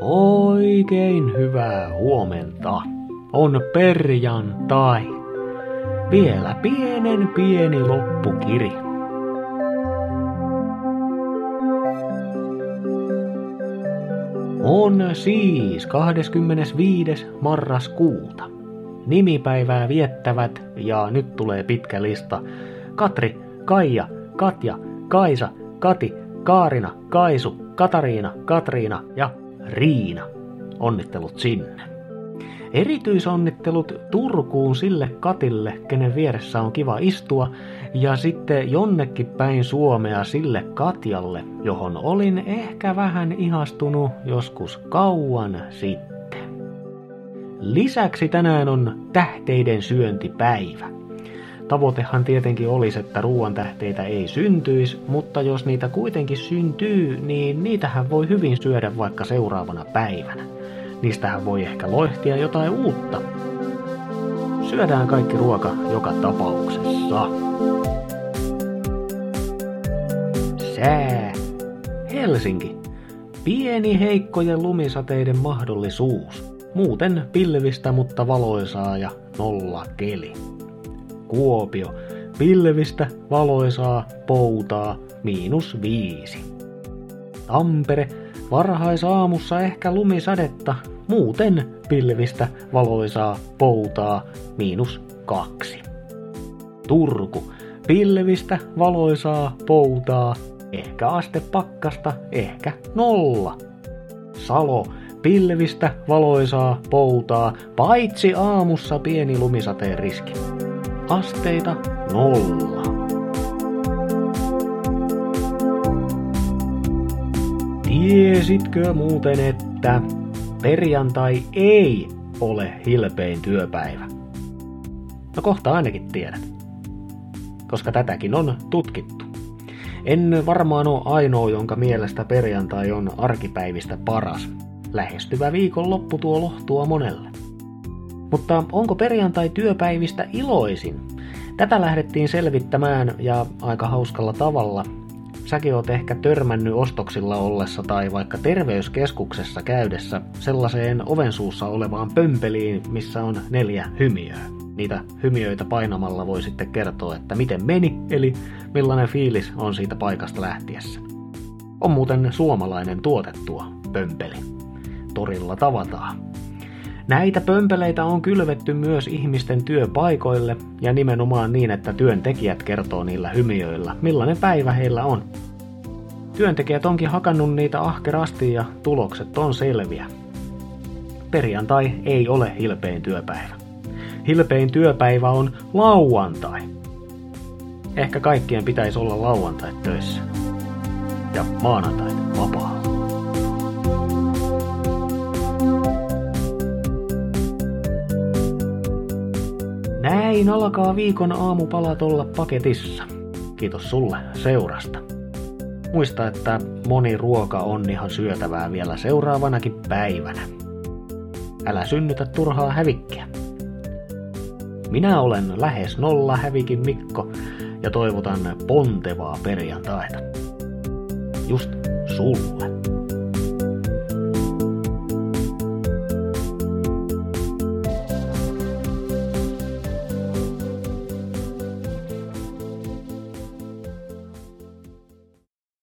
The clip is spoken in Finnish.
Oikein hyvää huomenta. On perjantai. Vielä pieni loppukiri. On siis 25. marraskuuta. Nimipäivää viettävät, ja nyt tulee pitkä lista: Katri, Kaija, Katja, Kaisa, Kati, Kaarina, Kaisu, Katariina, Katriina ja Riina. Onnittelut sinne. Erityisonnittelut Turkuun sille Katille, kenen vieressä on kiva istua, ja sitten jonnekin päin Suomea sille Katjalle, johon olin ehkä vähän ihastunut joskus kauan sitten. Lisäksi tänään on tähteiden syöntipäivä. Tavoitehan tietenkin olisi, että ruoantähteitä ei syntyisi, mutta jos niitä kuitenkin syntyy, niin niitähän voi hyvin syödä vaikka seuraavana päivänä. Niistähän voi ehkä loihtia jotain uutta. Syödään kaikki ruoka joka tapauksessa. Sää. Helsinki. Pieni heikkojen lumisateiden mahdollisuus. Muuten pilvistä, mutta valoisaa ja nolla keli. Kuopio. Pilvistä, valoisaa, poutaa, -5. Tampere. Varhaisaamussa ehkä lumisadetta, muuten pilvistä, valoisaa, poutaa, -2. Turku. Pilvistä, valoisaa, poutaa, ehkä aste pakkasta, ehkä 0. Salo. Pilvistä, valoisaa, poutaa, paitsi aamussa pieni lumisateen riski. Asteita 0. Tiesitkö muuten, että perjantai ei ole hilpein työpäivä? No kohta ainakin tiedät, koska tätäkin on tutkittu. En varmaan ole ainoa, jonka mielestä perjantai on arkipäivistä paras. Lähestyvä viikonloppu tuo lohtua monelle. Mutta onko perjantai työpäivistä iloisin? Tätä lähdettiin selvittämään ja aika hauskalla tavalla. Säkin oot ehkä törmännyt ostoksilla ollessa tai vaikka terveyskeskuksessa käydessä sellaiseen ovensuussa olevaan pömpeliin, missä on 4 hymiöä. Niitä hymiöitä painamalla voi sitten kertoa, että miten meni, eli millainen fiilis on siitä paikasta lähtiessä. On muuten suomalainen tuote tuo pömpeli. Torilla tavataan. Näitä pömpeleitä on kylvetty myös ihmisten työpaikoille ja nimenomaan niin, että työntekijät kertoo niillä hymiöillä, millainen päivä heillä on. Työntekijät onkin hakannut niitä ahkerasti ja tulokset on selviä. Perjantai ei ole hilpein työpäivä. Hilpein työpäivä on lauantai. Ehkä kaikkien pitäisi olla lauantait töissä. Ja maanantait vapaalla. Näin alkaa viikon aamupalat olla paketissa. Kiitos sulle seurasta. Muista, että moni ruoka on ihan syötävää vielä seuraavanakin päivänä. Älä synnytä turhaa hävikkiä. Minä olen lähes 0 hävikin Mikko ja toivotan pontevaa perjantaita. Just sulle.